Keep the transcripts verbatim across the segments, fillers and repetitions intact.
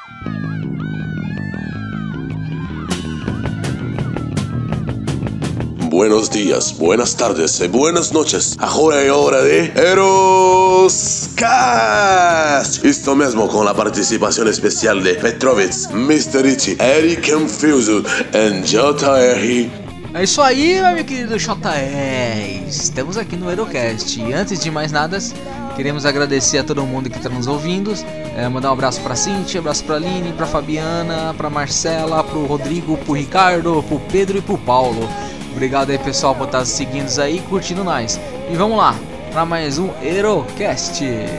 Buenos dias, buenas tardes e buenas noches. Agora é hora de Eros Cast. Isto mesmo, com a participação especial de Petrovitz, mister Ichi, Eric Confuso e J R. É isso aí, meu querido J R. Estamos aqui no Erocast. E antes de mais nada, queremos agradecer a todo mundo que está nos ouvindo. É, mandar um abraço pra Cintia, um abraço pra Aline, pra Fabiana, pra Marcela, pro Rodrigo, pro Ricardo, pro Pedro e pro Paulo. Obrigado aí, pessoal, por estar seguindo aí e curtindo nós. E vamos lá, para mais um Erocast.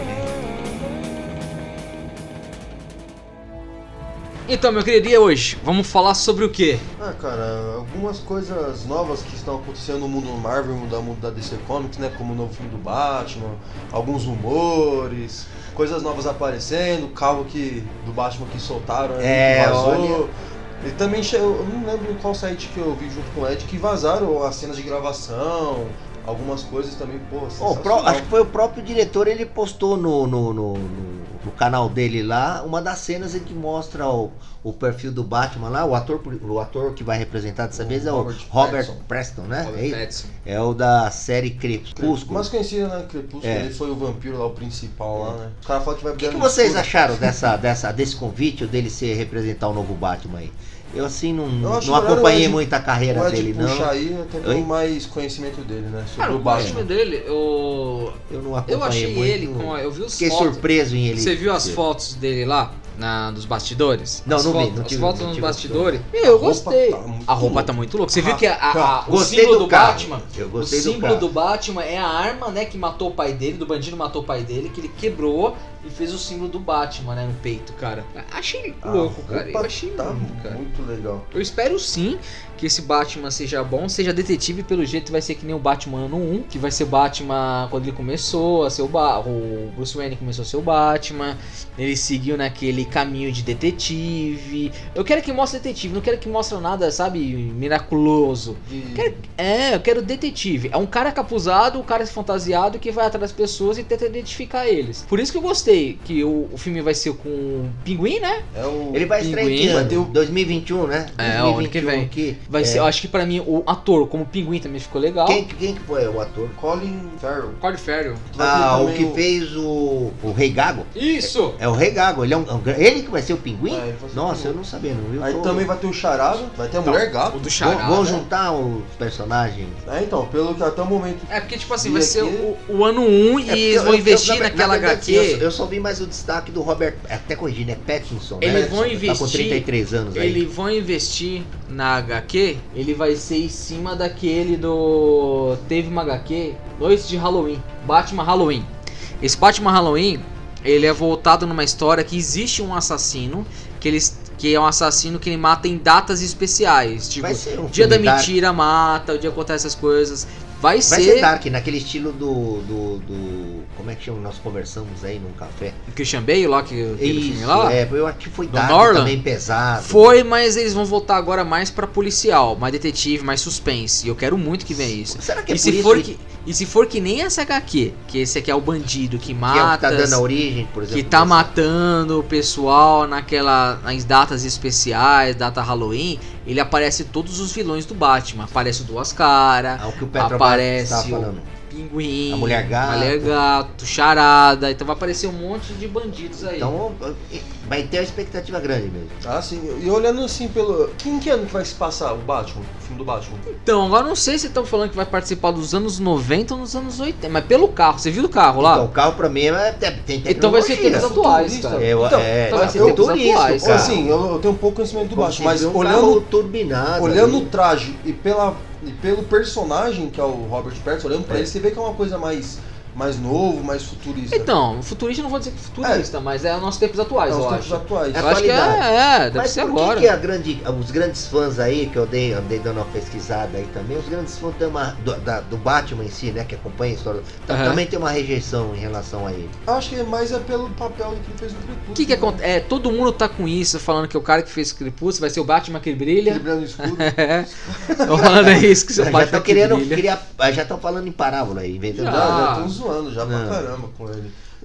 Então, meu querido, e hoje? Vamos falar sobre o quê? Ah, cara, algumas coisas novas que estão acontecendo no mundo Marvel, no mundo da D C Comics, né? Como o novo filme do Batman, alguns rumores, coisas novas aparecendo, carro que, do Batman que soltaram, é, que vazou. Olha... E também, eu não lembro qual site que eu vi junto com o Ed, que vazaram as cenas de gravação, algumas coisas também, pô, oh, pro, acho que foi o próprio diretor, ele postou no, no, no, no, no canal dele lá, uma das cenas em que mostra o, o perfil do Batman lá, o ator, o ator que vai representar dessa o vez é o Robert, Robert Preston, Preston, né? Robert Preston. É o da série Crepúsculo. Mais conhecido, né? Crepúsculo, é. Ele foi o vampiro lá, o principal lá, né? O cara fala que vai... O que, que vocês escuro. acharam dessa, dessa, desse convite dele ser representar o novo Batman aí? Eu assim não, eu não acompanhei muito a carreira dele, não. Puxar aí, até tenho mais conhecimento dele, né? Sobre Cara, o Batman. O time dele, eu. Eu não acompanhei Eu achei muito, ele com. Eu vi os Fiquei fotos. surpreso em ele. Você viu as fotos dele lá? Na, dos bastidores? Não, as não fotos, vi. Não as tive, fotos não nos tive bastidores. Meu, eu gostei. Tá a roupa louco. tá muito louca. Você viu que a, a, a, o gostei símbolo do, do carro. Batman. Eu gostei o símbolo do, do Batman é a arma, né, que matou o pai dele, do bandido matou o pai dele, que ele quebrou e fez o símbolo do Batman, né, no peito, cara. Achei louco, cara. Eu achei tá muito, cara. Muito legal. Eu espero sim que esse Batman seja bom, seja detetive, pelo jeito vai ser que nem o Batman ano um, que vai ser Batman quando ele começou a ser o ba- o Bruce Wayne começou a ser o Batman, ele seguiu naquele caminho de detetive. Eu quero que mostre detetive, não quero que mostre nada, sabe, miraculoso. E... Quero, é, eu quero detetive. É um cara capuzado, um cara fantasiado que vai atrás das pessoas e tenta identificar eles. Por isso que eu gostei, que o, o filme vai ser com o Pinguim, né? É o... Ele vai estrear em que ano? dois mil e vinte e um, né? É, o ano que vem. Que... Vai é. ser, eu acho que pra mim o ator como Pinguim também ficou legal. Quem, quem que foi o ator? Colin Farrell. Colin Farrell. Ah, o que o... fez o o Rei Gago. Isso. É, é o Rei Gago. Ele é um, ele que vai ser o Pinguim? É, Nossa, o eu não sabia não. Eu Aí tô... também vai ter o Charada, vai ter a Mulher Gato. O do Charada. Vão juntar os personagens. É, então, pelo que até o momento. É porque tipo assim, vai ser o, o ano um e é eles vão eu, investir eu, naquela na verdade, H Q. Eu, eu só vi mais o destaque do Robert, até corrigindo, é Pattinson, eles né? Eles vão investir. Tá com trinta e três anos aí. Eles vão investir na H Q, ele vai ser em cima daquele do... Teve uma H Q, Noite de Halloween, Batman Halloween. Esse Batman Halloween, ele é voltado numa história que existe um assassino, que eles... que é um assassino que ele mata em datas especiais. Tipo, um dia da mentira dark. Mata, o dia acontece essas coisas. Vai, Vai ser... ser Dark, naquele estilo do, do, do... Como é que chama? Nós conversamos aí num café. O Christian Bale lá, que aquele filme lá? É, eu acho que foi do Dark Norland? Também pesado. Foi, mas eles vão voltar agora mais pra policial, mais detetive, mais suspense. E eu quero muito que venha isso. Será que é e por se isso for que... que... E se for que nem essa H Q, que esse aqui é o bandido que mata... Que é o que tá dando a origem, por exemplo. Que tá matando o pessoal naquela, nas datas especiais, data Halloween, ele aparece todos os vilões do Batman. Aparece o Duas Caras, ah, o que o Petro aparece o Pinguim, a Mulher Gato, a Mulher Gato, Charada, então vai aparecer um monte de bandidos aí. Então vai ter uma expectativa grande mesmo. Ah, sim. E olhando assim pelo... Em que ano que vai se passar o Batman, o filme do Batman? Então, agora não sei se estão falando que vai participar dos anos noventa ou nos anos oitenta, mas pelo carro, você viu do carro lá? Então, o carro pra mim é, tem tecnologia. Então vai ser tempos atuais, cara. Eu, então, é, então vai ser eu tempos atuais, cara. Assim, eu, eu tenho um pouco conhecimento do Batman, mas um olhando, turbinado, olhando o traje e pela... E pelo personagem, que é o Robert Pattinson, olhando pra é. ele, você vê que é uma coisa mais, mais novo, mais futurista. Então, futurista não vou dizer que futurista, é. mas é os nossos tempos atuais, é eu os acho. tempos atuais. Eu acho que é, é deve mas ser por agora. Que que a grande, os grandes fãs aí, que eu dei, andei dando uma pesquisada aí também, os grandes fãs tem uma, do, da, do Batman em si, né, que acompanha a história, uhum. também tem uma rejeição em relação a ele. Acho que mais é pelo papel que ele fez no Crepúsculo. O que que acontece? É, todo mundo tá com isso, falando que o cara que fez o Crepúsculo vai ser o Batman que brilha. Ele brilha no escuro. É. Falando é isso que você já estão querendo, queria, já estão falando em parábola aí, inventando. Já, já estão zoando já não. pra caramba com ele.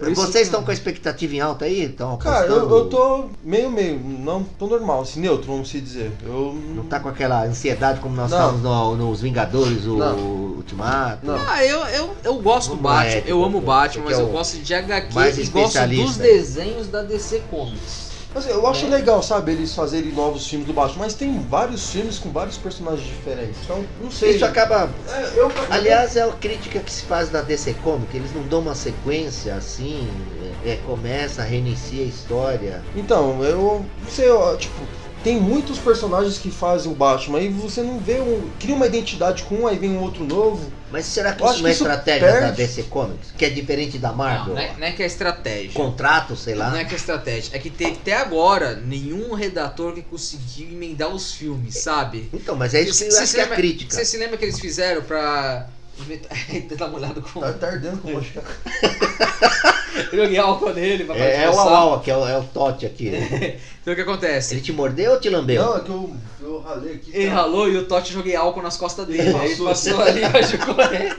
Por isso Vocês que- estão com a expectativa em alta aí? Estão Cara, eu, apostando? eu tô meio, meio, não tô normal, assim, neutro, vamos se dizer. Eu Não tá com aquela ansiedade como nós Não. estávamos no- nos Vingadores, o Não. Ultimato? Não. Ah, eu, eu, eu gosto do Vamos Batman, lá, Ed, eu amo o você Batman, que mas é eu o gosto de H Q mais e gosto dos especialista. desenhos da D C Comics. Assim, eu acho Né? legal, sabe, eles fazerem novos filmes do Batman, mas tem vários filmes com vários personagens diferentes. Então, não sei. Isso acaba. É, eu, Aliás, é a crítica que se faz da D C Comics, eles não dão uma sequência assim, é, é, começa, reinicia a história. Então, eu não sei, eu, tipo, tem muitos personagens que fazem o Batman e você não vê um. Cria uma identidade com um, aí vem um outro novo. Mas será que Eu isso acho não é que isso estratégia da perde. D C Comics? Que é diferente da Não, Marvel? não é, não é que é estratégia. Contrato, sei lá. Não é que é estratégia. É que teve até agora nenhum redator que conseguiu emendar os filmes, sabe? Então, mas é isso que eu Você acho se que é a lembra- crítica. Você se lembra que eles fizeram pra. Dar uma olhada com. Tá, tá ardendo com o Eu joguei álcool nele pra É, é o Awawa, que é o, é o Totti aqui. Então o que acontece? Ele te mordeu ou te lambeu? Não, é que eu, eu ralei aqui. Ele tá? ralou e o Totti joguei álcool nas costas dele. Ele Aí ele passou. passou ali e vai correr.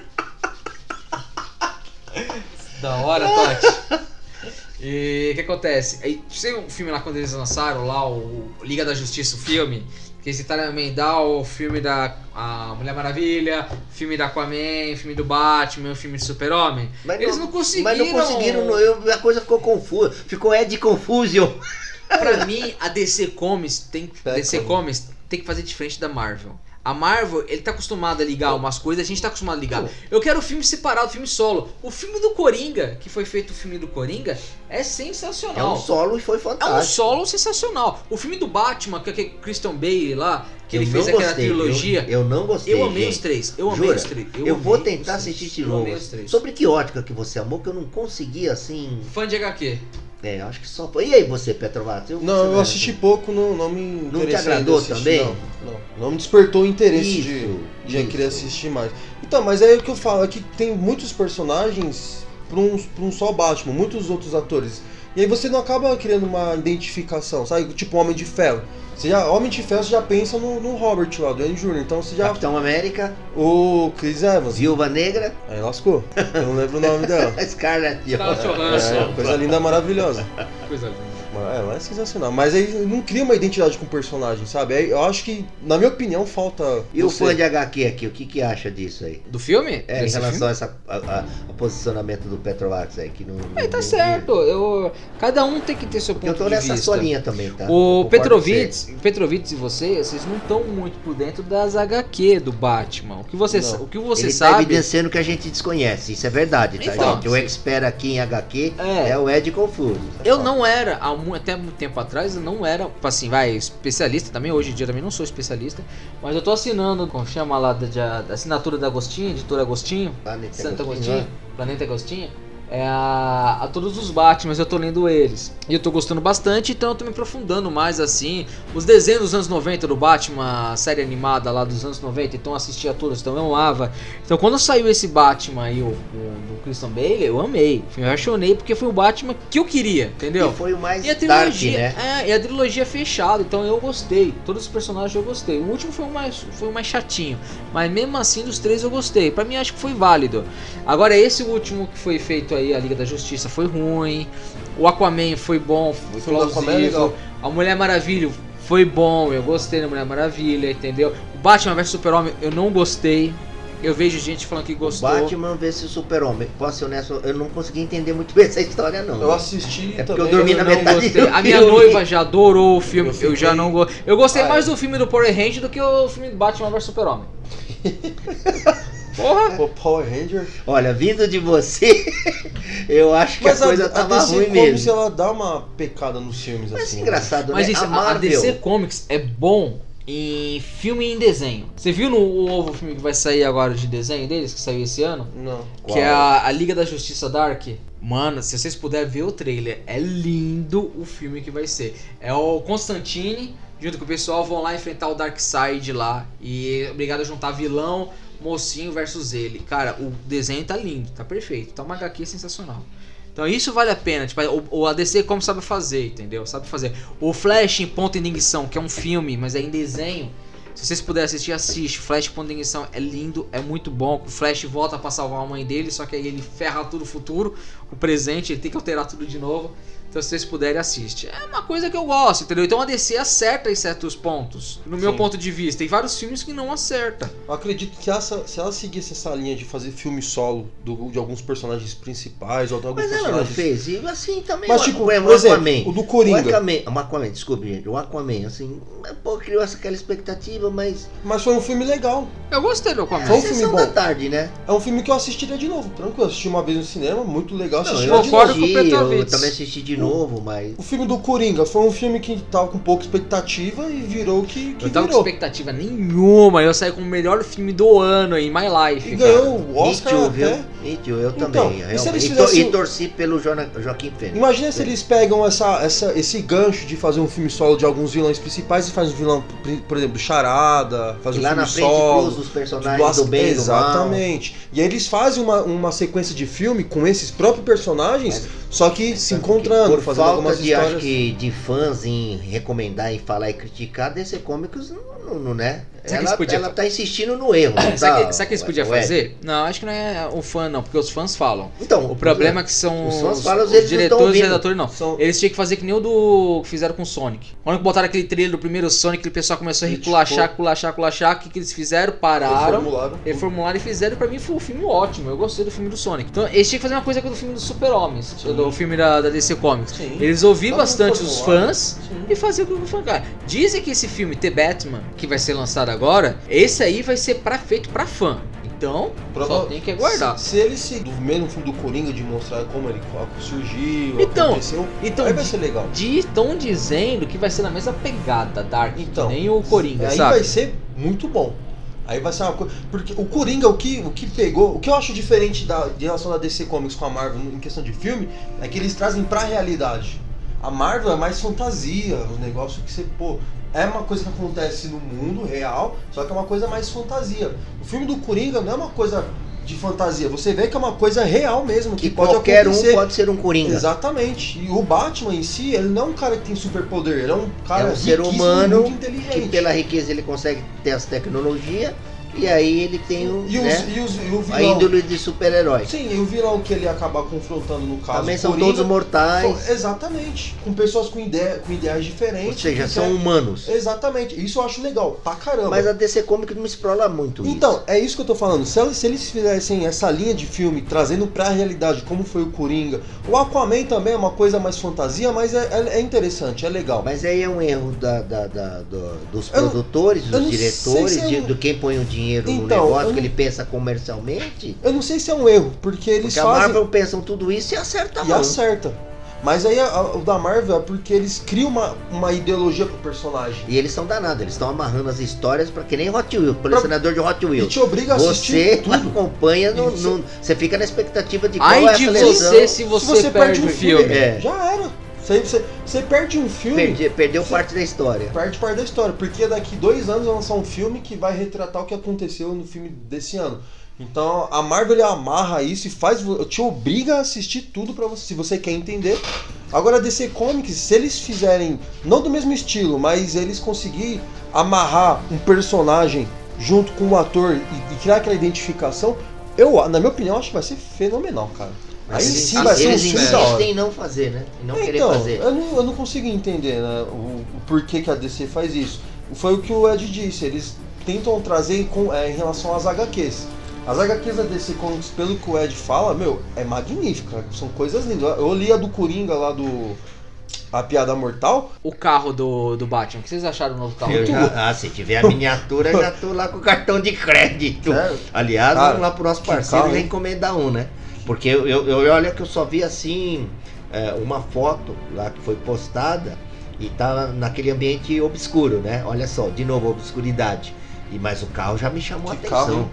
Da hora, Totti. E o que acontece? Aí, você o filme lá quando eles lançaram lá, o Liga da Justiça, o filme, que eles tentaram emendar o filme da a Mulher Maravilha, filme da Aquaman, filme do Batman, o filme do Super-Homem. Mas Eles não conseguiram. Mas não conseguiram, não, eu- a coisa ficou confusa. Ficou Ed Confusion. Pra mim, a D C Comics tem, É, D C como? Comics tem que fazer diferente da Marvel. A Marvel, ele tá acostumado a ligar umas coisas, a gente tá acostumado a ligar. Eu quero o filme separado, o filme solo. O filme do Coringa, que foi feito o filme do Coringa, é É sensacional. um solo e foi É um fantástico. solo sensacional. O filme do Batman, que é aquele Christian Bale lá, que Eu ele fez não aquela gostei, trilogia. Eu, eu não gostei. Eu amei gente. os três. Eu amei Jura? os três. Eu, vou amei tentar os três. assistir de Eu novo. amei os três. Sobre que ótica que você amou, que eu não consegui assim. Fã de H Q. É, acho que só foi. E aí você, Petrovato? Não, eu você- assisti pouco, não, não me Não te interessei agradou em assistir, também? Não, não, não me despertou o interesse Isso, de, de isso. querer assistir mais. Então, mas é o que eu falo, é que tem muitos personagens para um, pra um só Batman, muitos outros atores. E aí você não acaba criando uma identificação, sabe? Tipo Homem de Ferro. Você já, Homem de Ferro você já pensa no, no Robert lá, do Downey júnior Então você já. Capitão América, O Chris Evans. Viúva Negra, Aí lascou. Eu não lembro o nome dela. Scarlett Scarlett Johansson. Johansson. É, coisa linda, maravilhosa. Coisa linda. É, ela é sensacional. Mas aí não cria uma identidade com o personagem, sabe? Aí eu acho que, na minha opinião, falta. E o você. fã de H Q aqui, o que, que acha disso aí? Do filme? É, em Desse relação filme? a essa a, a- a posicionamento do Petrovax aí, que não. Aí tá não- certo. Eu, cada um tem que ter seu Porque eu ponto tô de nessa vista. sua linha também, tá? Eu O concordo com Petrovitz, Petrovitz e você, vocês não estão muito por dentro das H Q do Batman. O que você, Não. o que você. você Ele sabe? tá evidenciando que a gente desconhece, isso é verdade, tá, Então, gente? O expert aqui em H Q É. é, o Ed Confuso. Eu não era, há mu- até muito tempo atrás, eu não era, assim, vai, especialista também, hoje em dia também não sou especialista, mas eu tô assinando, como chama lá, da, da- da assinatura da Agostinho, editora Agostinho, Planeta Santo Agostinho, Agostinho, Planeta Agostinho, é a, a todos os Batman, eu tô lendo eles. E eu tô gostando bastante, então eu tô me aprofundando mais assim. Os desenhos dos anos noventa do Batman, a série animada lá dos anos noventa, então eu assistia todos, então eu amava. Então quando saiu esse Batman aí, o, o do Christian Bale, eu amei. Eu apaixonei porque foi o Batman que eu queria, entendeu? que foi o mais E a dark, trilogia, né? é, e a trilogia fechada, então eu gostei. Todos os personagens eu gostei. O último foi o mais, foi o mais chatinho, mas mesmo assim dos três eu gostei. Pra mim acho que foi válido. Agora esse último que foi feito aí, a Liga da Justiça, foi ruim. O Aquaman foi bom, foi filme do Aquaman é legal. plausível. A Mulher Maravilha foi bom, eu gostei da Mulher Maravilha, entendeu? O Batman versus Super-Homem eu não gostei. Eu vejo gente falando que gostou. Batman versus Super-Homem. Posso ser honesto, eu não consegui entender muito bem essa história, não. Eu assisti É porque também. eu dormi na não metade gostei. do A minha filme. noiva já adorou o filme, Eu eu, já fiquei- não gostei. Eu gostei Ah, mais é. do filme do Power Ranger do que o filme do Batman versus Super-Homem. Porra! O Power Ranger. Olha, vindo de você, eu acho que Mas a a, coisa a tava D C ruim Comics, mesmo. ela dá uma pecada nos filmes, Mas assim. engraçado, Mas né? isso, a a, Marvel... D C Comics é bom em filme e em desenho. Você viu no o novo filme que vai sair agora de desenho deles, que saiu esse ano? Não. Que é a, a Liga da Justiça Dark. Mano, se vocês puderem ver o trailer, é lindo o filme que vai ser. É o Constantine, junto com o pessoal, vão lá enfrentar o Darkseid lá. E é obrigado a juntar vilão, mocinho versus ele. Cara, o desenho tá lindo, tá perfeito. Tá uma H Q sensacional. Então isso vale a pena. Tipo, o, o A D C como sabe fazer, entendeu? Sabe fazer. O Flash em Ponto e Ignição, que é um filme, mas é em desenho. Se vocês puderem assistir, assiste. Flash Ponto Ignição é lindo, é muito bom. O Flash volta pra salvar a mãe dele, só que aí ele ferra tudo o futuro, o presente, ele tem que alterar tudo de novo. Então, se vocês puderem, assiste. É uma coisa que eu gosto, entendeu? Então a D C acerta em certos pontos. No meu Sim. ponto de vista. Tem vários filmes que não acerta. Eu acredito que essa, se ela seguisse essa linha de fazer filme solo do, de alguns personagens principais ou de alguns Mas ela personagens... não fez, e assim também. Mas o- tipo, o por Aquaman, exemplo, o do Coringa. O Aquaman, o Aquaman, desculpe, gente. O Aquaman, assim, pô, criou essa aquela expectativa, mas. Mas foi um filme legal. Eu gostei do Aquaman. Foi um É, filme sessão bom. da tarde, né? É um filme que eu assistiria de novo, tranquilo. Eu assisti uma vez no cinema, muito legal. Não, Assisti eu de concordo novo. com o assisti, eu Petrovitz. também assisti de novo, mas. O filme do Coringa foi um filme que tava com pouca expectativa e virou o que, que Eu tava com virou. expectativa nenhuma. Eu saí com o melhor filme do ano em My Life. E cara. ganhou o Oscar Me too, até. viu? Me too, eu Então, também. e se realmente. eles E, to- fizessem- e torci pelo Jona- Joaquim Fênix. Imagina se eles pegam essa, essa, esse gancho de fazer um filme solo de alguns vilões principais e fazem um vilão, por exemplo, do Charada, faz E um lá filme na frente solo. cruz dos personagens do As- do bem e do mal. Exatamente. E aí eles fazem uma, uma sequência de filme com esses próprios personagens, só que se encontrando, Por fazendo falta algumas de, histórias. acho que, de fãs em recomendar e falar e criticar, D C Comics não, não, não né? Sabe que Ela, eles podiam ela fa- tá insistindo no erro. não Sabe o tá, que, sabe o que eles podiam Ed? fazer? Não, acho que não é o fã, não, porque os fãs falam. Então, O problema é que são os os, fãs falam, os eles não tão diretores e ouvindo. redatores, não. São- Eles tinham que fazer que nem o do que fizeram com o Sonic. Quando botaram aquele trailer do primeiro Sonic, o pessoal começou a Criticou. reculachar, culachar, culachar. O que, que eles fizeram? Pararam. Reformularam. Reformularam e fizeram, e pra mim foi um filme ótimo. Eu gostei do filme do Sonic. Então eles tinham que fazer uma coisa com o filme do Super-Homens, do filme da, da D C Comics. Sim. Eles ouviram Tá bastante os reformulado. fãs Sim. e faziam o que o fã cara. Dizem que esse filme The Batman, que vai ser lançado agora, esse aí vai ser pra, feito pra fã. Então, só Prova- tem que aguardar. Se, se ele se. Do mesmo filme do Coringa, de mostrar como ele surgiu, Então, aconteceu, então aí vai ser legal. estão dizendo que vai ser na mesma pegada, Dark, Então, que nem o Coringa, Aí sabe? vai ser muito bom. Aí vai ser uma coisa. Porque o Coringa, o que, o que pegou. O que eu acho diferente da, de relação da D C Comics com a Marvel em questão de filme é que eles trazem pra realidade. A Marvel é mais fantasia, um negócio que você, pô, é uma coisa que acontece no mundo real, só que é uma coisa mais fantasia. O filme do Coringa não é uma coisa de fantasia, você vê que é uma coisa real mesmo, que, Que pode qualquer acontecer. um pode ser um Coringa. Exatamente. E o Batman em si, ele não é um cara que tem superpoder, ele é um cara É um ser riquíssimo, humano muito inteligente. que pela riqueza ele consegue ter as tecnologias e aí ele tem o, E, os, né, e, os, e o vilão. a índole de super-herói. Sim, e o vilão que ele acaba confrontando no caso. Também são Coringa, todos mortais, são- Exatamente. Com pessoas com, ideia, com ideais diferentes. ou seja, que são quer- humanos. Exatamente. Isso eu acho legal, pra caramba. Mas a D C Comics não explora muito Então, isso. é isso que eu tô falando. Se eles, se eles fizessem essa linha de filme, trazendo pra realidade como foi o Coringa, o Aquaman também é uma coisa mais fantasia, mas é, é, é interessante, é legal. Mas aí é um erro da, da- da- do- dos Eu não- produtores, eu dos não diretores, sei se é de, um- do quem põe o dinheiro no Então, negócio, eu que não- ele pensa comercialmente. Eu não sei se é um erro, porque eles Porque a fazem... Marvel pensam tudo isso e acerta a E mão. acerta. Mas aí a- a- o da Marvel é porque eles criam uma, uma ideologia pro personagem. E eles são danados, eles estão amarrando as histórias pra que nem Hot Wheels, colecionador de Hot E Wheels. te obriga a Você assistir tudo. acompanha, no, E você- no- você fica na expectativa de qual Ai é a de seleção. você se você, perde o filme. É. Já era. Você, você, você perde um filme, Perdi- perdeu Você- parte da história. perde parte da história. Porque daqui dois anos vai lançar um filme que vai retratar o que aconteceu no filme desse ano. Então a Marvel ele amarra isso e faz, te obriga a assistir tudo pra você, se você quer entender. Agora a D C Comics, se eles fizerem, não do mesmo estilo, mas eles conseguirem amarrar um personagem junto com o ator e, e criar aquela identificação, eu, na minha opinião, acho que vai ser fenomenal, cara. Aí eles, sim vai ser um eles filme da hora. insistem em não fazer, né? Em não querer Então, fazer. eu não, eu não consigo entender, né, o, o porquê que a D C faz isso. Foi o que o Ed disse, eles tentam trazer com, é, em relação às H Qs. As H Qs da D C Comics, pelo que o Ed fala, meu, é magnífica, são coisas lindas. Eu li a do Coringa lá do A Piada Mortal. O carro do, do Batman, o que vocês acharam do novo carro? Eu dele? já- ah, se tiver a miniatura, já tô lá com o cartão de crédito. Sério? Aliás, Cara, vamos lá pro nosso que parceiro carro, já hein? encomendar um, né? Porque eu, eu, eu olha que eu só vi assim é, uma foto lá que foi postada e tá naquele ambiente obscuro, né? Olha só, de novo, obscuridade. E, mas o carro já me chamou a Que atenção. carro, hein?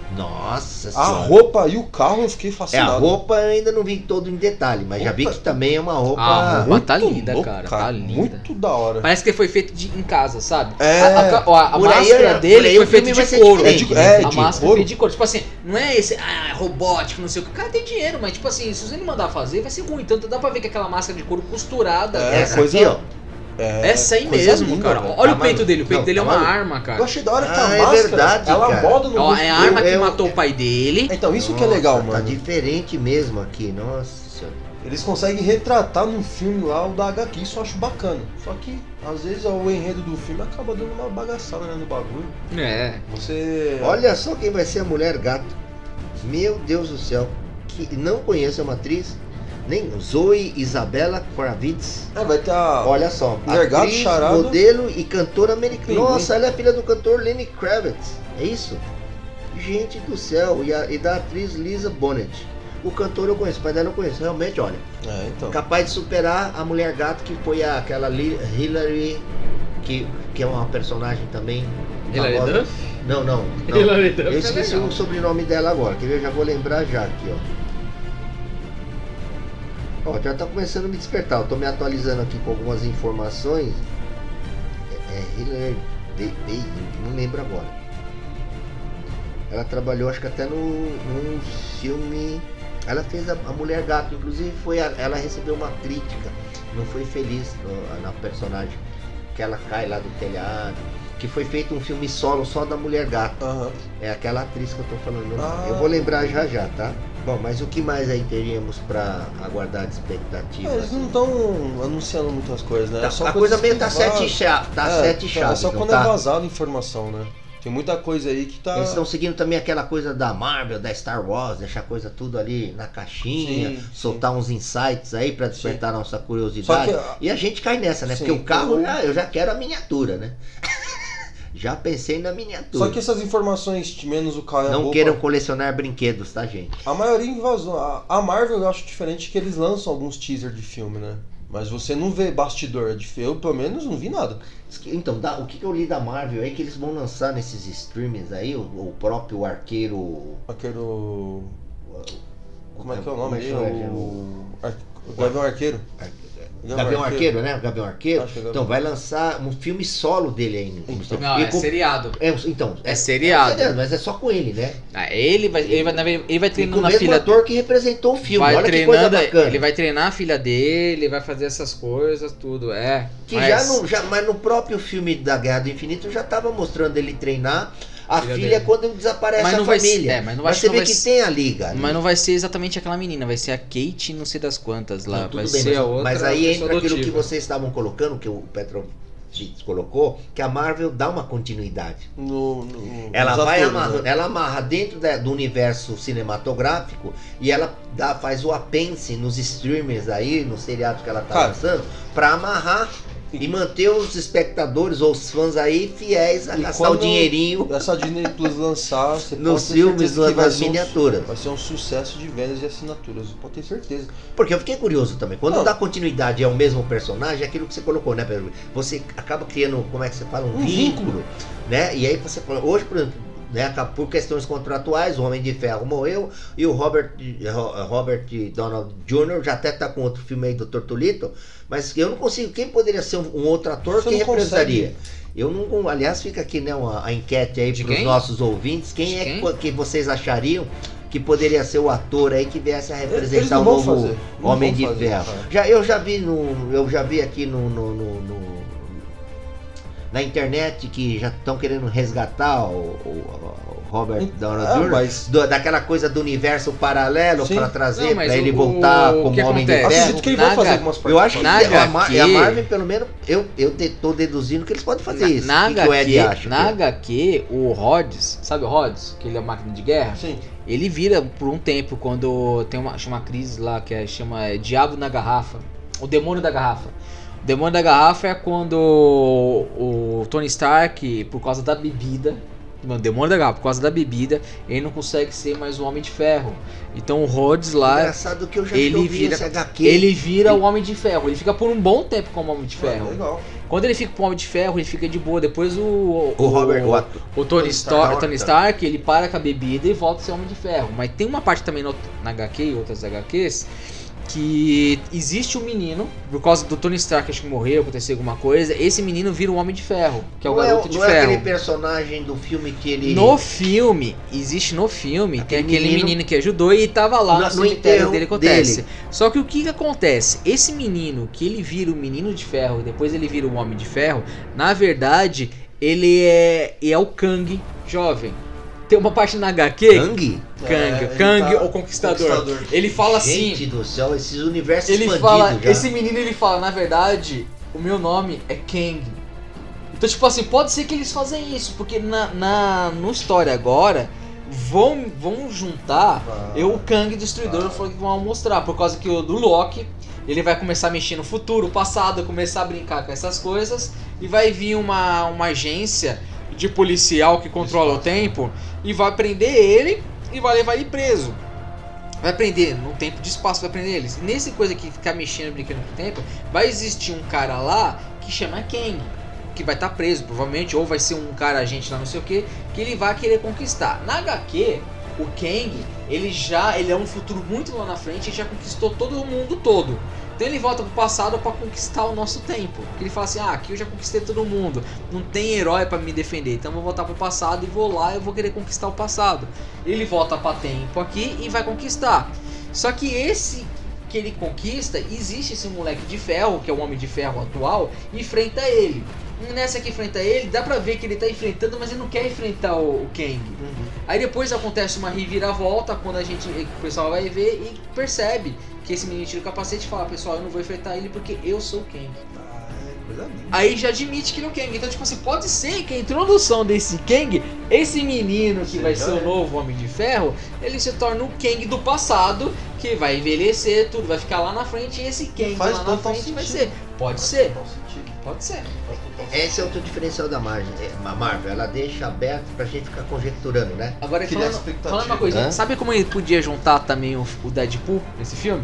Nossa A senhora. roupa e o carro eu fiquei É, a fascinado. roupa eu ainda não vi todo em detalhe, mas já vi Roupa- que também é uma roupa. Ah, roupa tá Muito linda, louca, cara, tá linda. Muito da hora. Parece que foi feito de, em casa, sabe? É. A, a, a- a Por aí, máscara por dele aí foi o filme feita vai de ser couro. diferente, né? É, a de máscara couro. foi feita de couro. Tipo assim, não é esse ah, robótico, não sei o que. O cara tem dinheiro, mas tipo assim, se ele mandar fazer, vai ser ruim. Tanto dá pra ver que aquela máscara de couro costurada. É, Essa coisa- aqui, ó. É, Essa aí coisa mesmo, linda, cara. velho. Olha Tá o peito maluco. dele, o peito Não, dele é tá uma maluco. arma, cara. Eu achei da hora que Ah, a é máscara, verdade, ela cara. molda no Ó, rosto é a arma dele. que eu- matou o pai dele. Então, isso que é legal, Nossa, mano. Tá diferente mesmo aqui, nossa senhora. Eles conseguem retratar no filme lá o da agá quê, isso eu acho bacana. Só que, às vezes, o enredo do filme acaba dando uma bagaçada, né, no bagulho. É. Você... Olha só quem vai ser a mulher gato. Meu Deus do céu. Que não conheço, é uma atriz. Nem Zoe Isabella Kravitz. É, vai ter a... Olha só. Mulher gato, Atriz, charada. modelo e cantora americana. Pinguim. Nossa, ela é filha do cantor Lenny Kravitz. É isso? Gente do céu. E, a, e da atriz Lisa Bonet. O cantor eu conheço, o pai dela eu conheço. Realmente, olha. É, então. Capaz de superar a mulher gato que foi a, aquela Li- Hillary. Que, que é uma personagem também. Hilary famosa. Duff? Não, não. não. Hilary Duff Eu é esqueci legal. o sobrenome dela agora, quer ver? Eu já vou lembrar já aqui, ó. Ó, já tá começando a me despertar. Eu tô me atualizando aqui com algumas informações. É, é Hillary Bailey, não lembro agora. Ela trabalhou, acho que até no, num filme. Ela fez a, a Mulher Gato, inclusive foi a- ela recebeu uma crítica. Não foi feliz no- na personagem. Que ela cai lá do telhado. Que foi feito um filme solo só da Mulher Gato. Aham. É aquela atriz que eu tô falando. Ah. Eu vou lembrar já já, tá? Bom, mas o que mais aí teríamos pra aguardar de expectativa? É, eles não estão anunciando muitas coisas, né? Tá, É só a coisas coisa meio que tá vazam. sete chaves, tá É, sete é chaves. só então quando tá? é vazado informação, né? Tem muita coisa aí que tá... Eles estão seguindo também aquela coisa da Marvel, da Star Wars, deixar a coisa tudo ali na caixinha, Sim, soltar uns insights aí pra despertar a nossa Só curiosidade. que- E a gente cai nessa, né? Sim, Porque o carro eu- já, eu já quero a miniatura, né? Já pensei na miniatura. Só que essas informações, menos o carro e a Não roupa, queiram colecionar brinquedos, tá, gente? a maioria invasou. A, a Marvel eu acho diferente que eles lançam alguns teasers de filme, né? Mas você não vê bastidor de filme. Eu, pelo menos, não vi nada. Então, da- o que, que eu li da Marvel aí que eles vão lançar nesses streamings aí, o, o próprio arqueiro. Aquele... Como é que é o nome Como é que dele? chama? O... Ar... o Gavião Arqueiro. Gavião Arqueiro, né? O Gavião Arqueiro. Acho que é Gavião. Então, vai lançar um filme solo dele aí. Então. Não, E é com- seriado. é, então, É seriado. mas é só com ele, né? Ah, ele vai, ele vai, na verdade, ele vai E com treinando o a mesmo filha ator que representou o filme. vai Olha que coisa treinando, bacana. ele vai treinar a filha dele, vai fazer essas coisas, tudo, é. Que mas- já no, já, mas no próprio filme da Guerra do Infinito já tava mostrando ele treinar a Filha filha dele. quando desaparece Mas a não vai família. ser- é, mas não mas acho você que não vê vai que ser- tem a liga. ali. Mas não vai ser exatamente aquela menina, vai ser a Kate, não sei das quantas lá. Não, tudo vai bem, ser mas, a outra. mas aí pessoa entra aquilo que adotiva. vocês estavam colocando, que o Petrovich colocou, que a Marvel dá uma continuidade. No, no, Ela nos vai atores, amarra, né? ela amarra dentro da- do universo cinematográfico e ela dá, faz o apêndice nos streamers aí, nos seriados que ela tá Cara. lançando, pra amarrar e manter os espectadores ou os fãs aí fiéis a E gastar o quando dinheirinho Essa Disney Plus lançar, você nos pode ter filmes, certeza que vai nas ser um- miniaturas. vai ser um sucesso de vendas e assinaturas, pode ter certeza. Porque eu fiquei curioso também. Quando Não. dá continuidade ao mesmo personagem, é aquilo que você colocou, né, Pedro? Você acaba criando, como é que você fala, um, Um vínculo, vínculo. né? E aí você fala, hoje, por exemplo, né, por questões contratuais, o Homem de Ferro morreu e o Robert, Robert Donald Júnior já até tá com outro filme aí do Tortolito, mas eu não consigo. Quem poderia ser um, um outro ator Você que não representaria? consegue. Eu não. Aliás, fica aqui, né, uma, a enquete aí De para os quem? nossos ouvintes. Quem De é quem? que, que vocês achariam que poderia ser o ator aí que viesse a Eles representar não o vão novo fazer, não Homem vão de fazer, Ferro? cara. Já, eu já vi no. Eu já vi aqui no. no- no- no- na internet que já estão querendo resgatar o, o- o Robert Downey Ah, Júnior mas- do- daquela coisa do universo paralelo Sim. para trazer, Não, mas para ele o- voltar o como que Homem de acontece? Ferro. Acredito que ele Na vai fazer H- algumas Eu acho que Na a, H Mar- Q, a Marvel, pelo menos, eu, eu te- tô deduzindo que eles podem fazer isso. Na, O que, que o Ed H Q, acha? na H Q, o Rhodes, sabe o Rhodes? Que ele é uma máquina de guerra? Sim. Ele vira por um tempo quando tem uma, chama uma crise lá que é, chama é, Diabo na Garrafa. O Demônio da Garrafa. O Demônio da Garrafa é quando o, o Tony Stark, por causa da bebida, o Demônio da Garrafa, por causa da bebida, ele não consegue ser mais o Homem de Ferro. Então o Rhodes lá, Engraçado que eu já ele ouvi vira- esse H Q. ele vira o Homem de Ferro. Ele fica por um bom tempo como Homem de Ah, Ferro. legal. Quando ele fica com o Homem de Ferro, ele fica de boa. Depois o. O Robert, o ator. o Tony, Tony Stark, Stark. Tony Stark, ele para com a bebida e volta a ser Homem de Ferro. Mas tem uma parte também no, na H Q e outras H Qs que existe um menino, por causa do Tony Stark, acho que morreu, aconteceu alguma coisa, esse menino vira o Homem de Ferro, que é o não Garoto é, de não Ferro. É aquele personagem do filme que ele... No filme, existe no filme, Aquele tem aquele menino, menino que ajudou e tava lá no- no, no cemitério enterro dele, acontece. dele. Só que o que que acontece? Esse menino, que ele vira o Menino de Ferro e depois ele vira o Homem de Ferro, na verdade, ele é, é o Kang jovem. Tem uma parte na H Q... Kang? Kang, É, ele Kang tá- ou Conquistador. Conquistador. Ele fala Gente assim... do céu, esses universos Ele expandidos fala, já. esse menino ele fala, na verdade, o meu nome é Kang. Então, tipo assim, pode ser que eles fazem isso, porque na, na no história agora vão, vão juntar Ah. eu, o Kang Destruidor, Ah. foi o que vão mostrar, por causa que o do Loki, ele vai começar a mexer no futuro, passado, começar a brincar com essas coisas, e vai vir uma, uma agência de policial que controla o tempo e vai prender ele e vai levar ele preso. Vai prender no tempo de espaço, vai prender eles. Nesse coisa que ficar mexendo, brincando com o tempo, vai existir um cara lá que chama Kang, que vai estar preso, provavelmente, ou vai ser um cara agente lá, não sei o que, que ele vai querer conquistar. Na H Q, o Kang, ele já, ele é um futuro muito lá na frente, ele já conquistou todo o mundo todo. Então ele volta pro passado para conquistar o nosso tempo. Porque ele fala assim, ah, aqui eu já conquistei todo mundo, não tem herói para me defender, então eu vou voltar pro passado e vou lá, eu vou querer conquistar o passado. Ele volta para tempo aqui e vai conquistar. Só que esse que ele conquista, existe esse moleque de ferro, que é o Homem de Ferro atual, e enfrenta ele. Nessa que enfrenta ele, dá pra ver que ele tá enfrentando, mas ele não quer enfrentar o, o Kang. Uhum. Aí depois acontece uma reviravolta, quando a gente, o pessoal vai ver e percebe que esse menino tira o capacete e fala, pessoal, eu não vou enfrentar ele porque eu sou o Kang. Ah, é coisa linda. Aí já admite que ele é o Kang. Então, tipo assim, pode ser que a introdução desse Kang, esse menino que Sim, vai já ser o é. novo Homem de Ferro, ele se torna o Kang do passado, que vai envelhecer, tudo vai ficar lá na frente, e esse Kang Faz lá na total frente vai sentido. ser. Pode ser, Faz sentido. pode ser. Faz total Esse é outro diferencial da Marvel, é, a Marvel, ela deixa aberto pra gente ficar conjecturando, né? Agora, Criar falando, expectativa. falando uma coisa, Hã? sabe como ele podia juntar também o, o Deadpool nesse filme?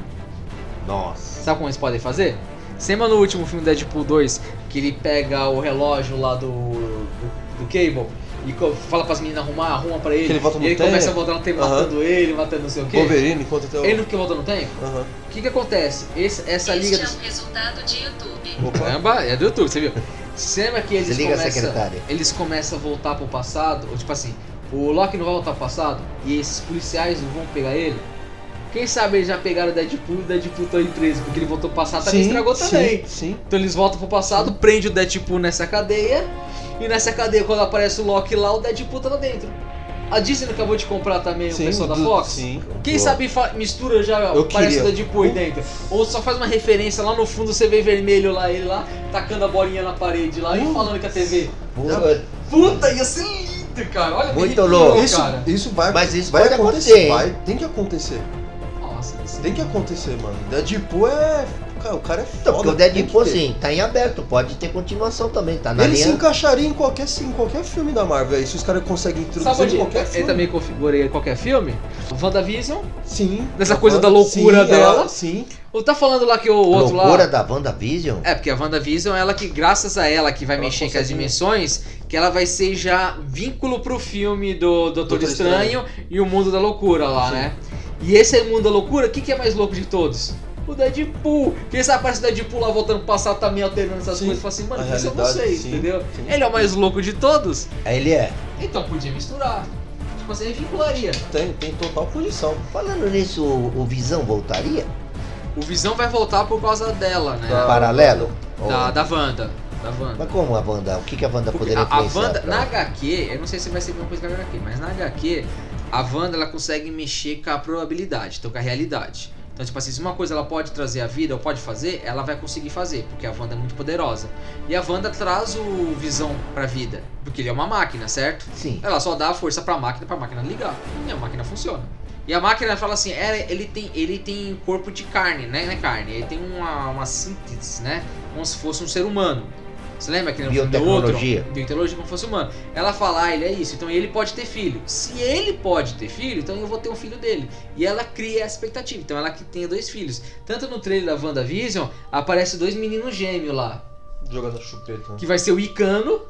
Nossa. Sabe como eles podem fazer? Você lembra no último filme Deadpool dois, que ele pega o relógio lá do, do, do Cable e co- fala pras meninas arrumar, arruma pra ele, Que ele volta no e ele tempo. começa a voltar no tempo, Aham. matando ele, matando não sei o quê. Wolverine, enquanto até o... Ele não quer voltar no tempo? Aham. O que que acontece? Esse, essa liga Este é dos... um resultado de YouTube. Opa. Caramba, é do YouTube, você viu? Você lembra que eles Desliga a começam, secretária. eles começam a voltar pro passado, ou tipo assim, o Loki não vai voltar pro passado, e esses policiais não vão pegar ele? Quem sabe eles já pegaram o Deadpool e o Deadpool tá em preso, porque ele voltou pro passado, também estragou também. Sim, sim. Então eles voltam pro passado, prende o Deadpool nessa cadeia, e nessa cadeia, quando aparece o Loki lá, o Deadpool tá lá dentro. A Disney não acabou de comprar também o Sim, pessoal da do- Fox? sim. Quem Boa. sabe fa- mistura já, Eu aparece o queria. Deadpool aí dentro. Ou só faz uma referência lá no fundo, você vê vermelho lá, ele lá, tacando a bolinha na parede lá e Uh. falando com a T V. Pô, Puta, ia ser lindo, cara. Olha, me Muito arrepiou, louco. Isso, cara. isso vai, Mas isso vai pode acontecer. acontecer, hein? Vai, tem que acontecer. Nossa, ia ser Tem que acontecer, mano. Deadpool é... Cara, o cara é foda. Então, porque o tem que Deadpool, ter. assim, tá em aberto, pode ter continuação também, tá na Ele se linha... encaixaria em qualquer, em qualquer filme da Marvel. Aí, se os caras conseguem Sabe introduzir onde em qualquer ele filme. também configura qualquer filme? O WandaVision. Sim. Dessa a coisa Wanda- da loucura sim, dela. ela- sim. Ou tá falando lá que o outro Loucura lá... da WandaVision? É, porque a WandaVision, ela que, graças a ela que vai Ela mexer com as consegue- dimensões, que ela vai ser já vínculo pro filme do Doutor Doutor Estranho, Estranho. e o Mundo da Loucura lá, Sim. né? E esse é o Mundo da Loucura, o que, que é mais louco de todos? O Deadpool. Quem sabe aparece o Deadpool lá voltando pro passado, também alterando essas Sim. coisas, e fala assim, mano, A quem são realidade, vocês, sim, entendeu? sim. Ele é o mais louco de todos, Aí ele é. então podia misturar. Tipo assim, ele vincularia. Tem, tem total condição. Falando nisso, o, o Visão voltaria? O Visão vai voltar por causa dela, né? Da- Paralelo? Da, Ou- da Wanda. Da Wanda. Mas como a Wanda? O que, que a Wanda Porque poderia a, a influenciar? Wanda, pra- na H Q, eu não sei se vai ser a mesma coisa que a H Q, mas na H Q, a Wanda ela consegue mexer com a probabilidade, então com a realidade. Então, tipo assim, se uma coisa ela pode trazer a vida ou pode fazer, ela vai conseguir fazer, porque a Wanda é muito poderosa. E a Wanda traz o Visão pra vida, porque ele é uma máquina, certo? Sim. Ela só dá a força pra máquina, pra máquina ligar. E a máquina funciona. E a máquina fala assim, ela- ele tem, ele tem corpo de carne, né? Não é carne, ele tem uma, uma síntese, né? Como se fosse um ser humano. Você lembra que no filme do outro? Biotecnologia. Biotecnologia como se fosse humano. Ela fala, ah, ele é isso, então ele pode ter filho. Se ele pode ter filho, então eu vou ter um filho dele. E ela cria essa expectativa, então ela que tenha dois filhos. Tanto no trailer da WandaVision, aparece dois meninos gêmeos lá. Jogando a chupeta. Que vai ser o Icano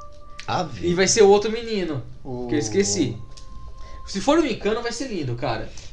Ave. e vai ser o outro menino. O... Que eu esqueci. Se for o Icano, vai ser lindo, cara.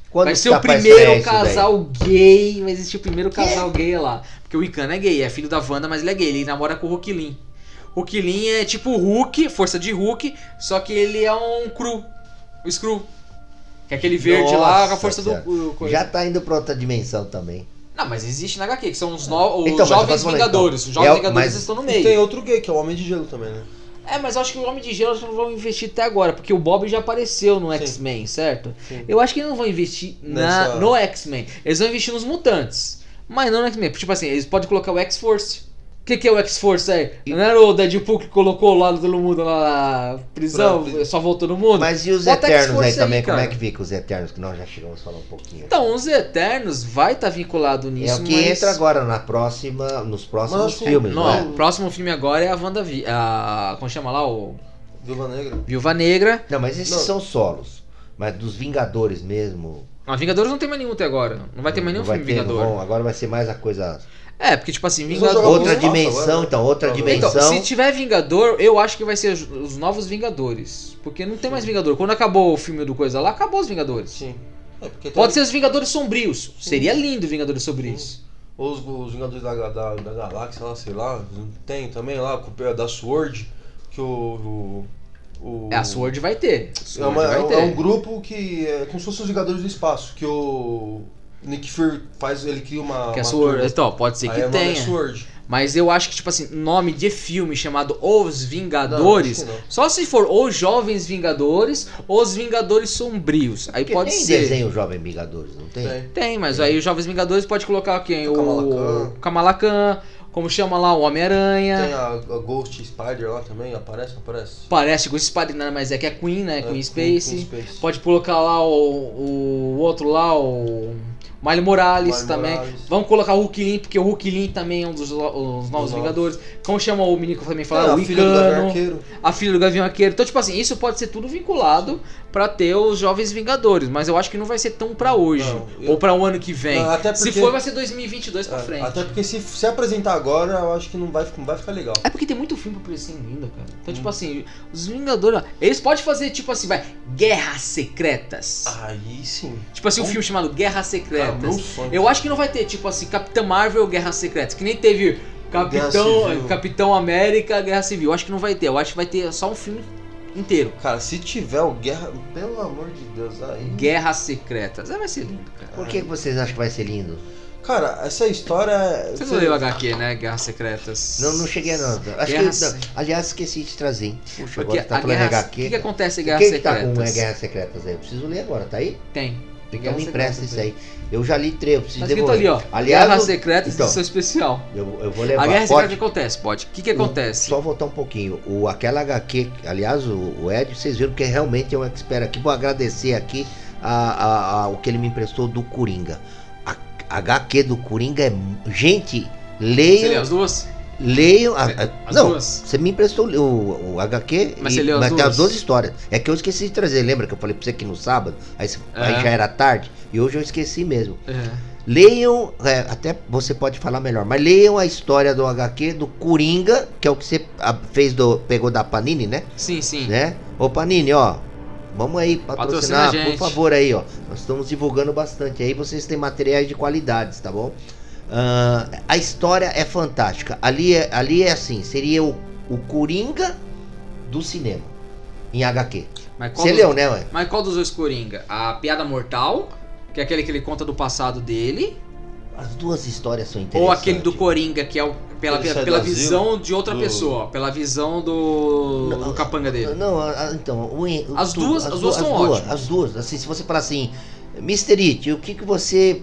Quando vai ser tá o pra primeiro estrear isso casal gay, vai existir o primeiro casal gay lá. Porque o Wiccan é gay, é filho da Wanda, mas ele é gay, ele namora com o Hulk Lin. Hulk Lin é tipo o Hulk, força de Hulk, só que ele é um Cru, o Skrull. Que é aquele verde lá com a força Nossa do... do Já tá indo pra outra dimensão também. Não, mas existe na H Q, que são os, no... os Então, mas eu Jovens tô falando, Vingadores. então. Os Jovens É o- Vingadores mas- estão no E meio. tem outro gay, que é o Homem de Gelo também, né? É, mas eu acho que o Homem de Gelo eles não vão investir até agora, porque o Bob já apareceu no Sim. X-Men, certo? Sim. Eu acho que eles não vão investir na, Nessa- no X-Men. Eles vão investir nos mutantes, mas não no X-Men. Tipo assim, eles podem colocar o X-Force. O que, que é o X-Force aí? Não era o Deadpool que colocou lá todo mundo lá na prisão, Pra- só voltou no mundo? Mas e os Bota Eternos X-Force aí também? Como cara. é que fica os Eternos? Que nós já chegamos a falar um pouquinho. Então, os Eternos vai estar vinculado nisso, É o que mas... entra agora na próxima, nos próximos Mas, assim, filmes, Não, não é? o próximo filme agora é a Wanda... Vi- a... Como chama lá? O Viúva Negra. Viúva Negra. Não, mas esses Não. são solos. Mas dos Vingadores mesmo. A Vingadores não tem mais nenhum até agora. Não vai ter mais nenhum não vai filme ter, Vingador. não vão- agora vai ser mais a coisa. É, porque tipo assim, Eles vão Vingador... jogar Outra Nossa, dimensão, agora, né? então, outra Provavelmente. Então, dimensão. se tiver Vingador, eu acho que vai ser os, os novos Vingadores. Porque não tem mais Vingador. Quando acabou o filme do Coisa lá, acabou os Vingadores. Sim. É, porque tem- Pode ser os Vingadores Sombrios. Seria lindo Vingadores Sombrios. Ou os, os Vingadores da, da, da Galáxia lá, sei lá. Tem também lá, com o da Sword, que o... o, o É, a Sword vai ter. A É, Sword uma- vai é um- ter. é um grupo que é como se fosse os Vingadores do Espaço, que o Nick Fury faz, ele cria uma... Que a uma Sword... turma. Então, pode ser Aí que é o nome é tenha. Sword. Mas eu acho que, tipo assim, nome de filme chamado Os Vingadores, Não, acho que não. só se for Os Jovens Vingadores ou Os Vingadores Sombrios. Aí Porque pode tem ser. desenho Jovem Vingadores, não tem? Tem. Tem, mas aí os Jovens Vingadores pode colocar quem? O Kamala O Khan. Kamala Khan, como chama lá, o Tem Homem-Aranha. a, a Ghost Spider lá também, aparece, não aparece? Parece com o Spider, nada mais é que é Queen, né? É, Queen Queen- Space. Queen Space. Pode colocar lá o, o outro lá, o Miles Morales Miles também. Morales. Vamos colocar o Hulk Lin, porque o Hulk Lin também é um dos lo- os novos novos. Vingadores. Como chama o menino que eu também É, falei? a o filha do Gavião Icano. Arqueiro. A filha do Gavião Arqueiro. Então, tipo assim, isso pode ser tudo vinculado pra ter os Jovens Vingadores, mas eu acho que não vai ser tão pra hoje, Não, eu- ou pra o ano que vem. Não, até Se porque- for, vai ser dois mil e vinte e dois pra É, frente. até porque se, se apresentar agora, eu acho que não vai, não vai ficar legal. É porque tem muito filme pra aparecer ainda, cara. Então, tipo assim, os Vingadores, ó, eles podem fazer, tipo assim, vai, Guerras Secretas. Aí sim. Tipo assim, um filme chamado Guerras Secretas. Ah, meu sonho. Eu acho que não vai ter, tipo assim, Capitão Marvel Guerras Secretas, que nem teve Capitão, Civil. Capitão América Guerra Civil. Eu acho que não vai ter, eu acho que vai ter só um filme inteiro. Cara, se tiver o Guerra... Pelo amor de Deus, aí... Guerras Secretas. É, vai ser lindo, cara. Por que que vocês acham que vai ser lindo? Cara, essa história... é- Você não leu o H Q, né? Guerras Secretas. Não, não cheguei não. Acho Guerras- que, não, aliás, esqueci de trazer. hein? Puxa, Porque agora você tá a falando Guerras- H Q. o que que acontece em Quem Guerras que tá com Secretas? é, Guerras Secretas aí? Eu preciso ler agora, tá aí? Tem. Tem Então me Guerras empresta Secretas isso aí. Eu já li três, eu preciso Tá escrito ali, devolver. ó. Aliás, Guerras eu- Secretas, então, edição especial. eu, eu vou levar. A Guerra Pode? Secreta, o que acontece? Pode. O que que acontece? Só voltar um pouquinho. O, aquela H Q, aliás, o, o Ed, vocês viram que realmente é um expert aqui. Vou agradecer aqui a, a- a- o que ele me emprestou do Coringa. A, a H Q do Coringa é. Gente, Você leu leiam. as duas? Leiam. a- a- As não, duas? você me emprestou o, o H Q. Mas e- você leu as mas tem as duas? duas histórias. É que eu esqueci de trazer. Lembra que eu falei pra você que no sábado? Aí, você- aí É. já era tarde. E hoje eu esqueci mesmo. É. Leiam, é, até você pode falar melhor, mas leiam a história do H Q do Coringa, que é o que você ah, fez do, pegou da Panini, né? Sim, sim. né? Ô Panini, ó, vamos aí Patrocina patrocinar, a gente. por favor aí, ó. Nós estamos divulgando bastante aí, vocês têm materiais de qualidades, tá bom? Ah, a história é fantástica. Ali é, ali é assim, seria o, o Coringa do cinema, em H Q. Mas qual Você dos- leu, né, ué? Mas qual dos dois Coringa? A Piada Mortal, que é aquele que ele conta do passado dele, As duas histórias são interessantes. ou aquele do Coringa, que é o, pela, Ele sai pela do visão asilo, de outra do- pessoa, pela visão do, Não, do capanga dele. Não, a- a- então, o, o- As tudo, duas- as duas são duas, ótimas. As duas, assim, se você falar assim, mister It, o que que você...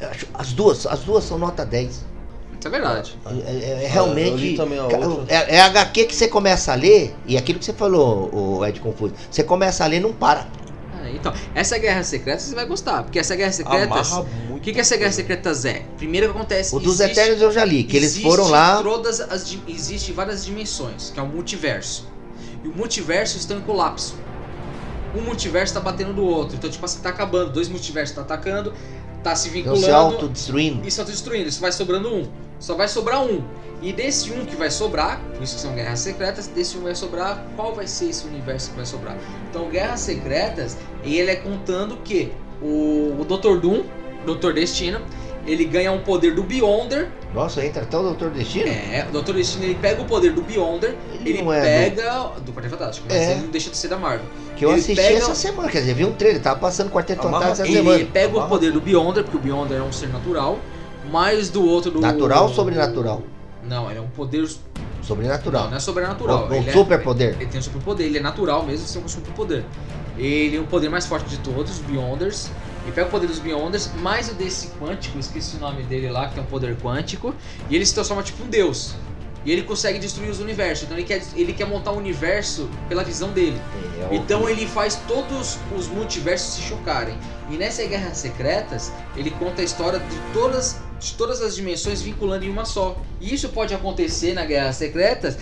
As duas, as duas são nota dez. Isso é verdade. É, é- é Ah, realmente... eu li também a ca- outra. É, é H Q que você começa a ler, e aquilo que você falou, o Ed Confuso, você começa a ler e não para. É, então, essa Guerra Secreta você vai gostar, porque essa Guerra Secretas... Amarra muito. O que, que essa Guerra Secretas é? Primeiro que acontece... O dos existe- Eternos eu já li, que eles existe foram lá... Todas as, di- existe várias dimensões, que é o multiverso. E o multiverso estão em colapso. Um multiverso tá batendo do outro. Então, tipo assim, tá acabando. Dois multiversos tá atacando, tá se Estão vinculando se autodestruindo. e se autodestruindo. Isso vai sobrando um. Só vai sobrar um. E desse um que vai sobrar, por isso que são Guerras Secretas, desse um vai sobrar, qual vai ser esse universo que vai sobrar? Então, Guerras Secretas, ele é contando que o, o doutor Doom, doutor Destino, ele ganha um poder do Beyonder. Nossa, entra até o doutor Destino? É, o doutor Destino ele pega o poder do Beyonder, ele, ele é pega... Do, do Quarteto Fantástico, mas é. ele não deixa de ser da Marvel. Que eu ele assisti pega... essa semana, quer dizer, vi um trailer, tava passando Quarteto Fantástico essa semana. Ele pega Amarra. o poder do Beyonder, porque o Beyonder é um ser natural, mais do outro do... Natural ou sobrenatural? Não, ele é um poder... Sobrenatural. Não, não é sobrenatural. Um, um ele superpoder. É, ele tem um superpoder, ele é natural mesmo, sem um superpoder. Ele é o poder mais forte de todos, os Beyonders. Ele pega o poder dos Beyonders, mais o desse quântico, esqueci o nome dele lá, que tem um poder quântico, e ele se transforma tipo um deus. E ele consegue destruir os universos, então ele quer, ele quer montar o um universo pela visão dele. É, então ele faz todos os multiversos se chocarem. E nessas Guerras Secretas, ele conta a história de todas, de todas as dimensões vinculando em uma só. E isso pode acontecer na Guerras Secretas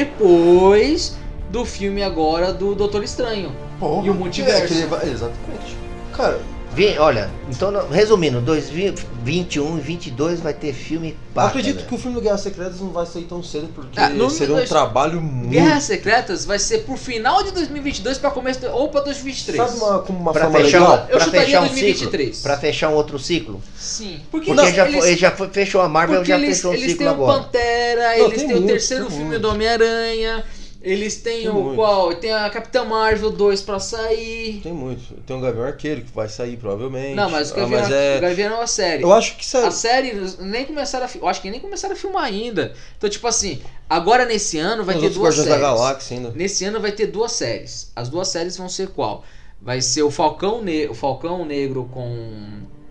depois do filme agora do Doutor Estranho. Porra, e o multiverso. É, vai, exatamente. Cara... Vem, olha, então resumindo, dois mil e vinte e um e vinte e dois vai ter filme bacana. Acredito que o filme do Guerras Secretas não vai sair tão cedo, porque ah, no, seria um dois, trabalho muito... Guerras Secretas vai ser pro final de dois mil e vinte e dois pra começo de, ou pra dois mil e vinte e três. Sabe uma, como uma pra forma fechar, legal? Eu pra chutaria fechar um dois mil e vinte e três. Ciclo, pra fechar um outro ciclo? Sim. Porque, porque não, já, eles, ele já foi, fechou a Marvel, já eles, fechou um eles ciclo têm agora. o Pantera, não, eles tem têm muito, o terceiro tem filme muito. do Homem-Aranha. Eles têm tem o muito. qual? Tem a Capitã Marvel dois pra sair. Tem muito. Tem o Gavião Arqueiro que vai sair provavelmente. Não, mas o ah, Gavião, mas é... o Gavião é uma série. Eu acho que sério. A série nem começaram a fi... Eu acho que nem começaram a filmar ainda. Então, tipo assim, agora nesse ano vai Os ter outros duas Guardiões séries. da Galáxia ainda. Nesse ano vai ter duas séries. As duas séries vão ser qual? Vai ser o Falcão, ne... o Falcão Negro com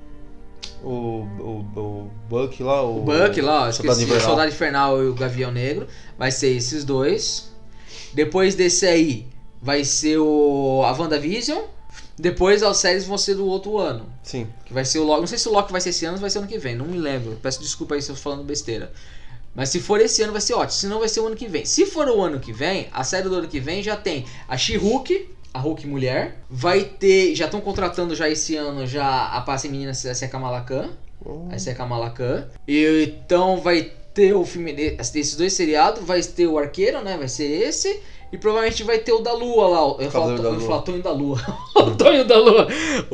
O, o, o Buck lá, o, o Buck lá, o esqueci, o Soldado Infernal e o Gavião Negro. Vai ser esses dois. Depois desse aí, vai ser o a WandaVision. Depois as séries vão ser do outro ano. Sim. Que vai ser o Loki. Não sei se o Loki vai ser esse ano ou vai ser ano que vem. Não me lembro. Peço desculpa aí se eu tô falando besteira. Mas se for esse ano vai ser ótimo. Se não vai ser o ano que vem. Se for o ano que vem, a série do ano que vem já tem a She-Hulk, a Hulk mulher. Vai ter... Já estão contratando já esse ano já a Passe Menina, vai ser a Kamala Khan. Oh. Vai ser a Kamala Khan. E então vai ter o filme desses dois seriados. Vai ter o Arqueiro, né? Vai ser esse. E provavelmente vai ter o da Lua lá. Eu ia falar o Tonho da Lua. O Tonho da Lua.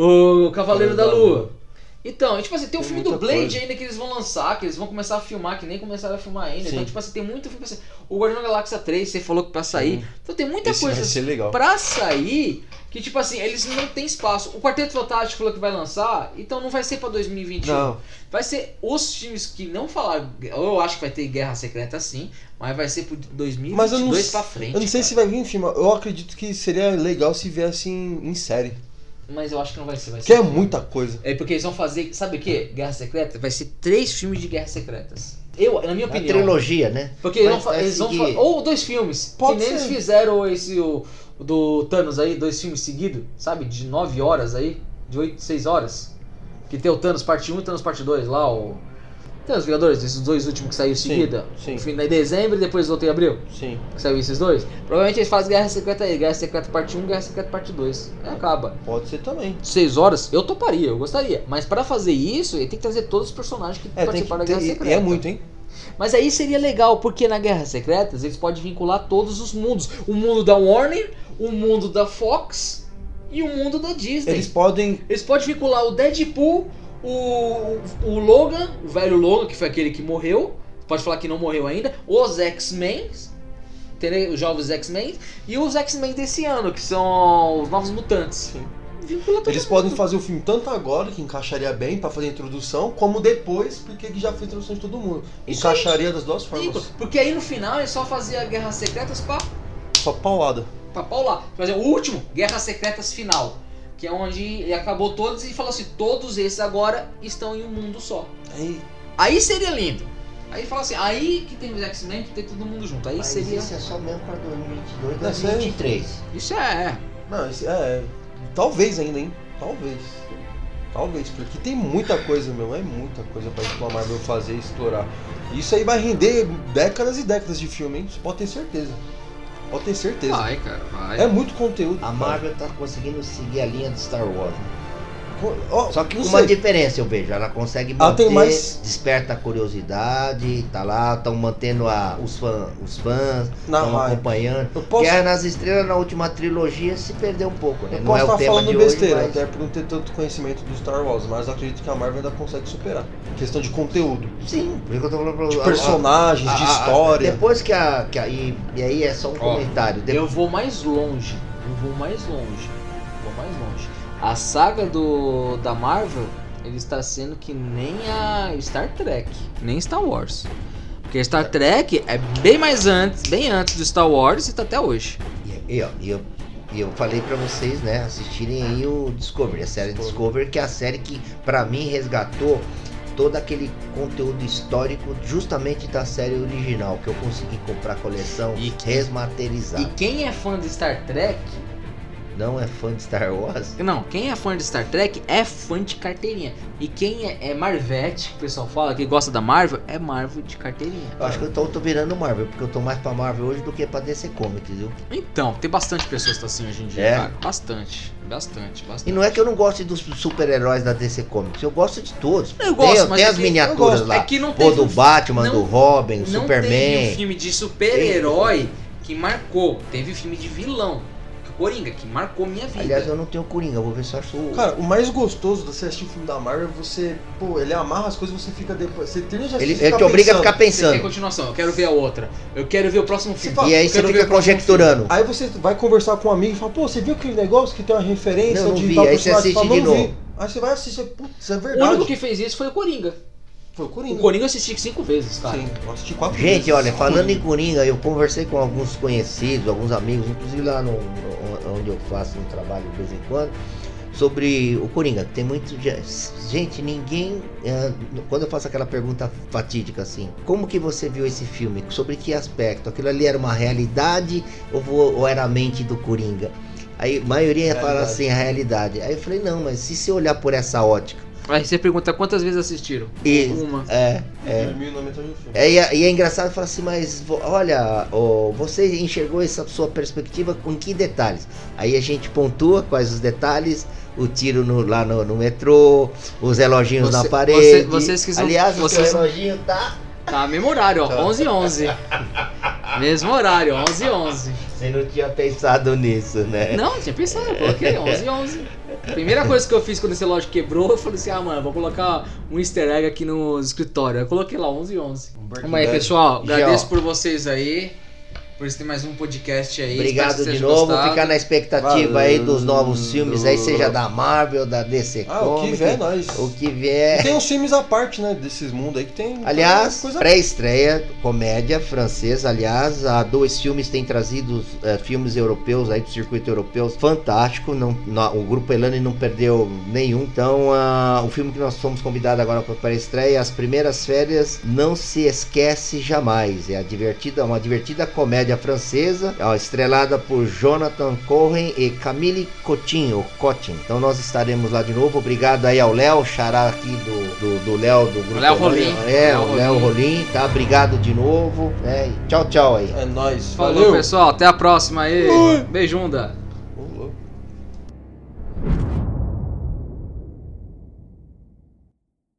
O Cavaleiro da, da Lua. Lua. Então, tipo assim, tem, tem o filme do Blade coisa. ainda que eles vão lançar, que eles vão começar a filmar, que nem começaram a filmar ainda. Sim. Então, tipo assim, tem muito filme pra sair. O Guardião da Galáxia três, você falou que pra sair. Sim. Então tem muita Esse coisa vai ser legal. pra sair que, tipo assim, eles não tem espaço. O Quarteto Fantástico falou que vai lançar, então não vai ser pra dois mil e vinte e um. Não. Vai ser os filmes que não falaram. Eu acho que vai ter Guerra Secreta sim, mas vai ser pro dois mil e vinte e dois não, pra frente. Eu não sei cara. se vai vir em filme. Eu acredito que seria legal se viesse em, em série. Mas eu acho que não vai ser. Vai que ser é muita coisa. É porque eles vão fazer. Sabe o que? Guerra Secreta? Vai ser três filmes de Guerras Secretas. Eu, na minha opinião. Uma trilogia, né? Porque eles vão, eles vão fa- ou dois filmes. Pode que nem ser. Eles fizeram esse o, o do Thanos aí, dois filmes seguidos, sabe? De nove horas aí, de oito, seis horas. Que tem o Thanos parte um e Thanos parte dois lá, o. Tem os Vingadores, esses dois últimos que saiu em seguida. Sim. No fim de dezembro e depois outro em abril. Sim. Que saiu esses dois. Provavelmente eles fazem Guerra Secreta aí, Guerra Secreta parte um, Guerra Secreta parte dois. Aí acaba. Pode ser também. Seis horas, eu toparia, eu gostaria. Mas pra fazer isso, ele tem que trazer todos os personagens que é, participaram tem que, da Guerra tem, Secreta. É muito, hein? Mas aí seria legal, porque na Guerra Secretas eles podem vincular todos os mundos. O mundo da Warner, o mundo da Fox e o mundo da Disney. Eles podem... Eles podem vincular o Deadpool, o, o Logan, o velho Logan, que foi aquele que morreu. Pode falar que não morreu ainda. Os X-Men, entendeu? Os jovens X-Men. E os X-Men desse ano, que são os Novos Mutantes. Sim. Eles mundo. podem fazer o filme tanto agora, que encaixaria bem pra fazer a introdução, como depois, porque já fez a introdução de todo mundo. Isso encaixaria aí, das duas formas. Sim, porque aí no final ele só fazia Guerras Secretas pra... Só paulada. Pra paular. Fazer o último, Guerras Secretas final. Que é onde ele acabou todos e falou assim, todos esses agora estão em um mundo só. Aí, aí seria lindo. Aí fala assim, aí que tem os X-Men, que tem todo mundo junto. Aí mas seria... isso é só mesmo pra dois mil e vinte e dois, dois mil e vinte e três. Isso é... Não, isso é... Talvez ainda, hein? Talvez. Talvez, porque tem muita coisa, meu. É muita coisa pra a Marvel fazer e explorar. Isso aí vai render décadas e décadas de filme, hein? Você pode ter certeza. Pode ter certeza. Vai, cara, vai. É muito conteúdo. A Marvel tá conseguindo seguir a linha de Star Wars. Né? Ó, Só que com não uma sei. diferença eu vejo, ela consegue Ela manter, tem mais- desperta a curiosidade, tá lá, estão mantendo a, os, fã, os fãs, Na estão hype. acompanhando. Eu posso- Guerra nas Estrelas na última trilogia se perdeu um pouco, né? Eu Não posso é o estar tema falando de besteira, hoje, mas... até por não ter tanto conhecimento do Star Wars, mas acredito que a Marvel ainda consegue superar. Questão de conteúdo, Sim, por isso que eu tô falando pra de a- personagens, a- de a- a- história. Depois que a. Que a e, e aí é só um Ó, comentário. De- Eu vou mais longe. Eu vou mais longe. Vou mais longe. A saga do da Marvel, ele está sendo que nem a Star Trek, nem Star Wars. Porque Star Trek é bem mais antes, bem antes do Star Wars e tá até hoje. E, e, ó, e eu, e eu falei pra vocês, né, assistirem aí o Discovery, a série Discovery, que é a série que pra mim resgatou todo aquele conteúdo histórico justamente da série original, que eu consegui comprar a coleção E que- resmaterizada. E quem é fã de Star Trek, Não é fã de Star Wars? não, quem é fã de Star Trek é fã de carteirinha. E quem é, é Marvete, que o pessoal fala, que gosta da Marvel, é Marvel de carteirinha. Eu acho que eu tô, tô virando Marvel, porque eu tô mais pra Marvel hoje do que pra D C Comics, viu? Então, tem bastante pessoas que tá assim hoje em dia, É? cara. Bastante, bastante, bastante. E não é que eu não goste dos super-heróis da D C Comics, eu gosto de todos. Eu gosto, tem, mas tem é as que- miniaturas eu gosto. lá. É que não Pô, teve do um- Batman, não- do Robin, Não Superman. teve um filme de super-herói que marcou. Teve filme de vilão. Coringa, que marcou minha vida. Aliás, eu não tenho Coringa, vou ver se eu acho o... Cara, o mais gostoso de você assistir o filme da Marvel é você, pô, ele amarra as coisas, você fica depois, você termina de Ele, assistir, ele fica te obriga a pensando. ficar Você tem pensando. continuação, eu quero ver a outra. Eu quero ver o próximo filme. fala- E aí Eu você quero fica ver o próximo conjecturando. Aí você vai conversar com um amigo e fala, pô, você viu aquele negócio que tem uma referência Não, não de vi. tal Aí você personagem? assiste Fala, de não vi. novo. Aí você vai assistir, putz, é filme. O verdade. único que fez isso foi o Coringa. Foi o Coringa. O Coringa eu assisti cinco vezes, cara. Sim, eu assisti quatro Gente, vezes. olha, falando em Coringa, eu conversei com alguns conhecidos, alguns amigos, inclusive lá no, no- onde eu faço um trabalho de vez em quando, sobre o Coringa. Tem muito... ge- Gente, ninguém... é, quando eu faço aquela pergunta fatídica assim, como que você viu esse filme? Sobre que aspecto? Aquilo ali era uma realidade ou, vo- ou era a mente do Coringa? Aí a maioria fala Realidade. assim, a realidade. Aí eu falei, não, mas se você olhar por essa ótica... Aí você pergunta quantas vezes assistiram? E, Uma. é, é, Dormiu na metade do filme. É, e, é, e é engraçado falar assim, mas vo- olha, ó, você enxergou essa sua perspectiva com que detalhes? Aí a gente pontua quais os detalhes, o tiro no- lá no, no metrô, os reloginhos Você- na parede. você- vocês que são- Aliás, vocês o são- seu relógio tá... Tá, mesmo horário, ó. onze e onze. Mesmo horário, onze e onze. Você não tinha pensado nisso, né? Não, tinha pensado, eu coloquei onze e onze. Primeira coisa que eu fiz quando esse relógio quebrou, eu falei assim, ah, mano, vou colocar um easter egg aqui no escritório. Eu coloquei lá onze e onze. Vamos aí, pessoal. Já, Agradeço ó. por vocês aí. Por isso tem mais um podcast aí. Obrigado Espero que de vocês novo, tenham ficar na expectativa aí dos novos Valeu. filmes aí, seja da Marvel, da D C Ah, o que Comics, vier, nós. o que E vier. tem uns filmes à parte, né, desses mundos aí que tem... Aliás, coisa... pré-estreia, comédia francesa. Aliás, a dois filmes tem trazido eh, filmes europeus aí do circuito europeu. Fantástico. Não, não- o Grupo Elane não perdeu nenhum. Então, ah, o filme que nós fomos convidados agora para pré-estreia, As Primeiras Férias, não se esquece jamais. É a divertida, uma divertida comédia francesa, ó, estrelada por Jonathan Cohen e Camille Cotin, ou Cotin. Então nós estaremos lá de novo. Obrigado aí ao Léo, xará aqui do do do Léo do Grupo Léo Elane. Rolim. É, Léo o Léo Rolim. Rolim, tá? Obrigado de novo, né? E tchau, tchau aí. É nóis. Falou, Valeu. pessoal. Até a próxima aí. Ui. Beijunda.